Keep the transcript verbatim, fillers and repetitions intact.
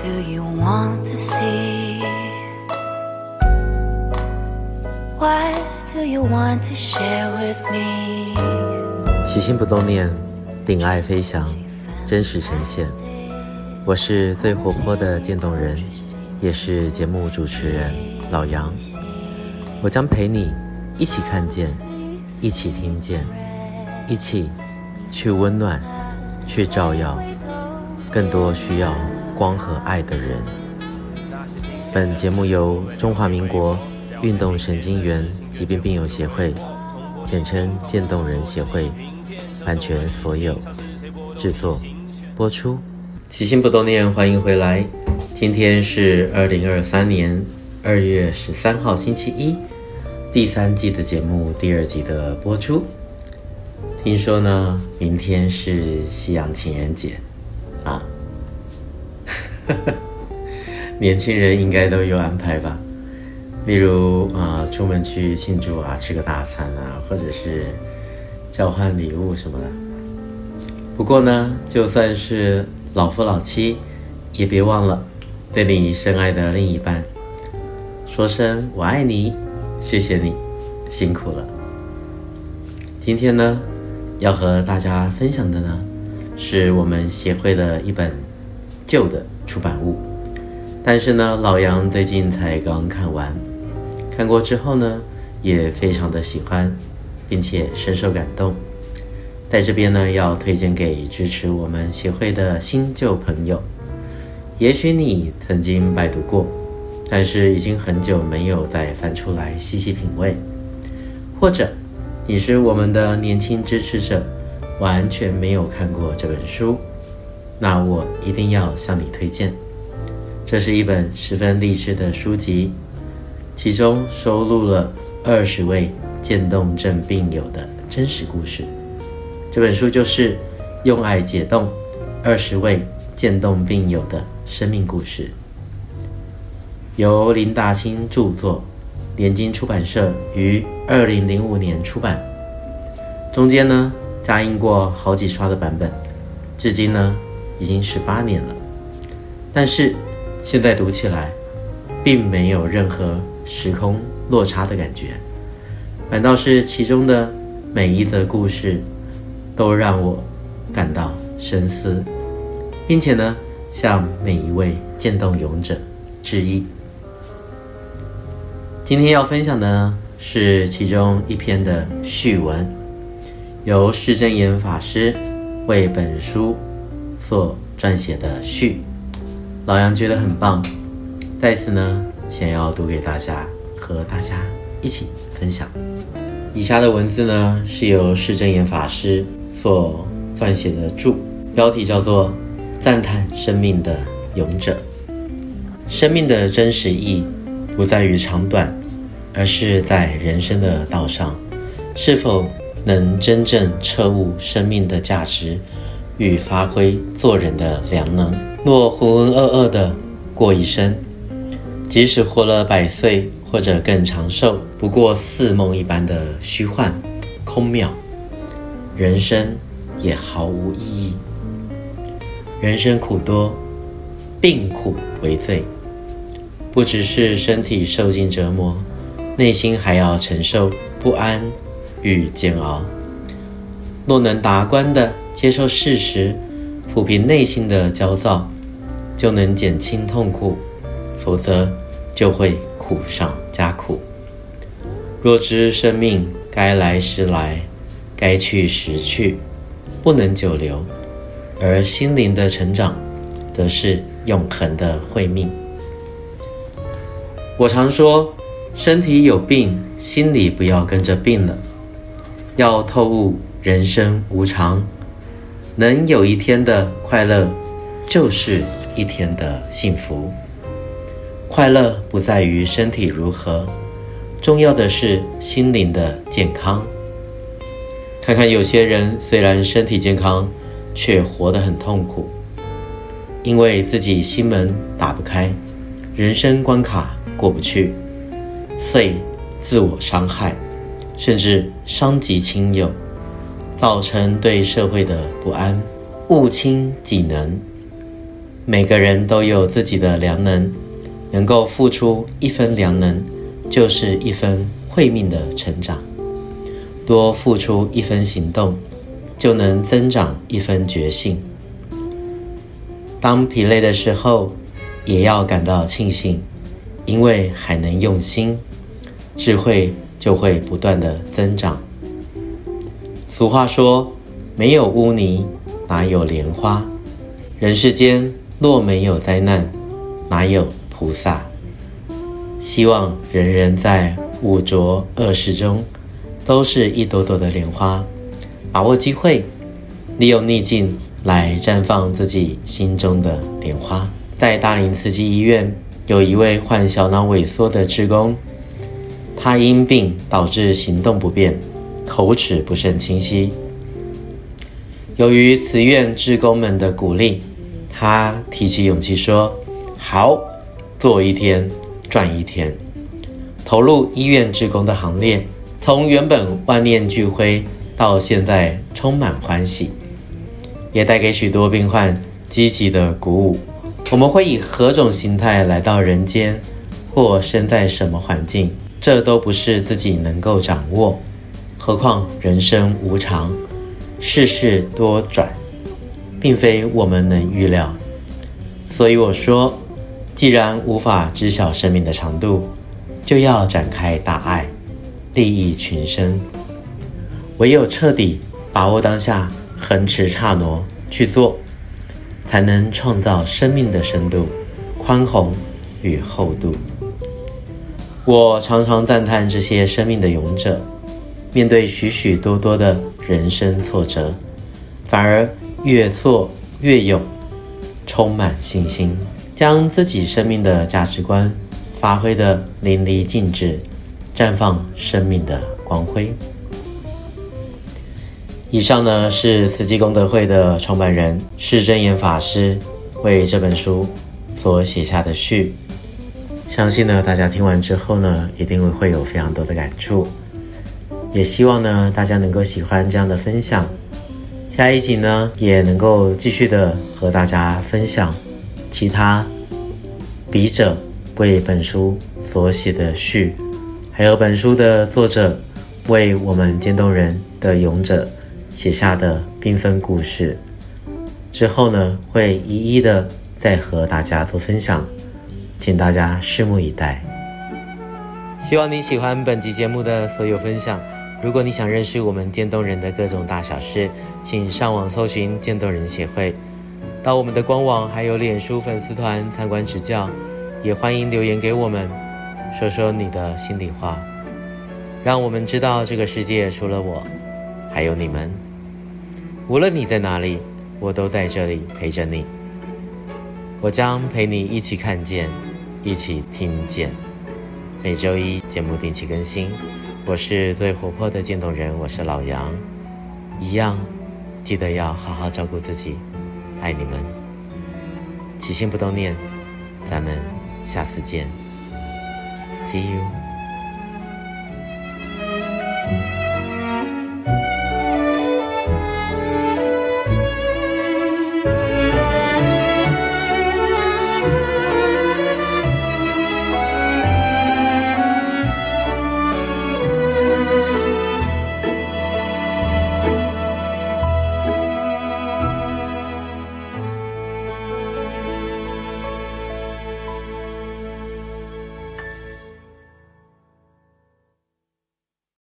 do you want to see? What do you want to share with me? 起心不动念，顶爱飞翔，真实呈现。我是最活泼的渐冻人，也是节目主持人老杨。我将陪你一起看见，一起听见，一起去温暖，去照耀更多需要光和爱的人。本节目由中华民国运动神经元疾病病友协会，简称渐冻人协会，版权所有，制作播出。起心不动念，欢迎回来。今天是二零二三年二月十三号星期一，第三季的节目第二集的播出。听说呢，明天是西洋情人节啊，年轻人应该都有安排吧？例如啊、呃，出门去庆祝啊，吃个大餐啊，或者是交换礼物什么的。不过呢，就算是老夫老妻，也别忘了对你深爱的另一半说声我爱你，谢谢你，辛苦了。今天呢，要和大家分享的呢，是我们协会的一本旧的出版物，但是呢，老杨最近才刚看完，看过之后呢，也非常的喜欢，并且深受感动。在这边呢，要推荐给支持我们协会的新旧朋友。也许你曾经拜读过，但是已经很久没有再翻出来细细品味，或者你是我们的年轻支持者，完全没有看过这本书，那我一定要向你推荐。这是一本十分励志的书籍，其中收录了二十位渐冻症病友的真实故事。这本书就是《用爱解冻二十位渐冻病友的生命故事》，由林大清著作，联经出版社于二零零五年出版，中间呢加印过好几刷的版本，至今呢已经十八年了。但是现在读起来并没有任何时空落差的感觉，反倒是其中的每一则故事都让我感到深思，并且呢向每一位渐冻勇者致意。今天要分享的呢是其中一篇的序文，由释真言法师为本书所撰写的序，老杨觉得很棒，在此呢想要读给大家，和大家一起分享。以下的文字呢是由释真言法师所撰写的注，标题叫做赞叹生命的勇者。生命的真实意不在于长短，而是在人生的道上是否能真正彻悟生命的价值与发挥做人的良能。若浑浑噩噩的过一生，即使活了百岁或者更长寿，不过似梦一般的虚幻空渺，人生也毫无意义。人生苦多，病苦为最，不只是身体受尽折磨，内心还要承受不安与煎熬。若能达观地接受事实，抚平内心的焦躁，就能减轻痛苦，否则就会苦上加苦。若知生命该来时来，该去时去，不能久留，而心灵的成长则是永恒的慧命。我常说，身体有病，心里不要跟着病了，要透悟人生无常，能有一天的快乐，就是一天的幸福。快乐不在于身体如何，重要的是心灵的健康。看看有些人虽然身体健康，却活得很痛苦，因为自己心门打不开，人生关卡过不去，遂自我伤害，甚至伤及亲友，造成对社会的不安，误轻己能， 每个人都有自己的良能，能够付出一分良能，就是一分慧命的成长。多付出一分行动，就能增长一分觉性。当疲累的时候，也要感到庆幸，因为还能用心，智慧就会不断的增长。俗话说，没有污泥，哪有莲花？人世间若没有灾难，哪有菩萨？希望人人在五浊恶世中，都是一朵朵的莲花，把握机会，利用逆境来绽放自己心中的莲花。在大林慈济医院，有一位患小脑萎缩的志工，他因病导致行动不便，口齿不甚清晰。由于慈院志工们的鼓励，他提起勇气说：好，做一天赚一天，投入医院志工的行列。从原本万念俱灰到现在充满欢喜，也带给许多病患积极的鼓舞。我们会以何种形态来到人间，或身在什么环境，这都不是自己能够掌握。何况人生无常，世事多转，并非我们能预料。所以我说，既然无法知晓生命的长度，就要展开大爱，利益群生。唯有彻底把握当下，横驰刹挪去做，才能创造生命的深度、宽宏与厚度。我常常赞叹这些生命的勇者，面对许许多多的人生挫折，反而越挫越勇，充满信心，将自己生命的价值观发挥得淋漓尽致，绽放生命的光辉。以上呢是慈济功德会的创办人释真言法师为这本书所写下的序，相信呢大家听完之后呢，一定会有非常多的感触，也希望呢大家能够喜欢这样的分享。下一集呢也能够继续的和大家分享其他笔者为本书所写的序，还有本书的作者为我们渐冻人的勇者写下的缤纷故事。之后呢会一一的再和大家做分享，请大家拭目以待。希望你喜欢本集节目的所有分享。如果你想认识我们渐冻人的各种大小事，请上网搜寻渐冻人协会，到我们的官网还有脸书粉丝团参观指教，也欢迎留言给我们，说说你的心里话，让我们知道这个世界除了我还有你们。无论你在哪里，我都在这里陪着你，我将陪你一起看见，一起听见。每周一节目定期更新，我是最活泼的渐冻人，我是老杨。一样记得要好好照顾自己，爱你们。起心不动念，咱们下次见。See you。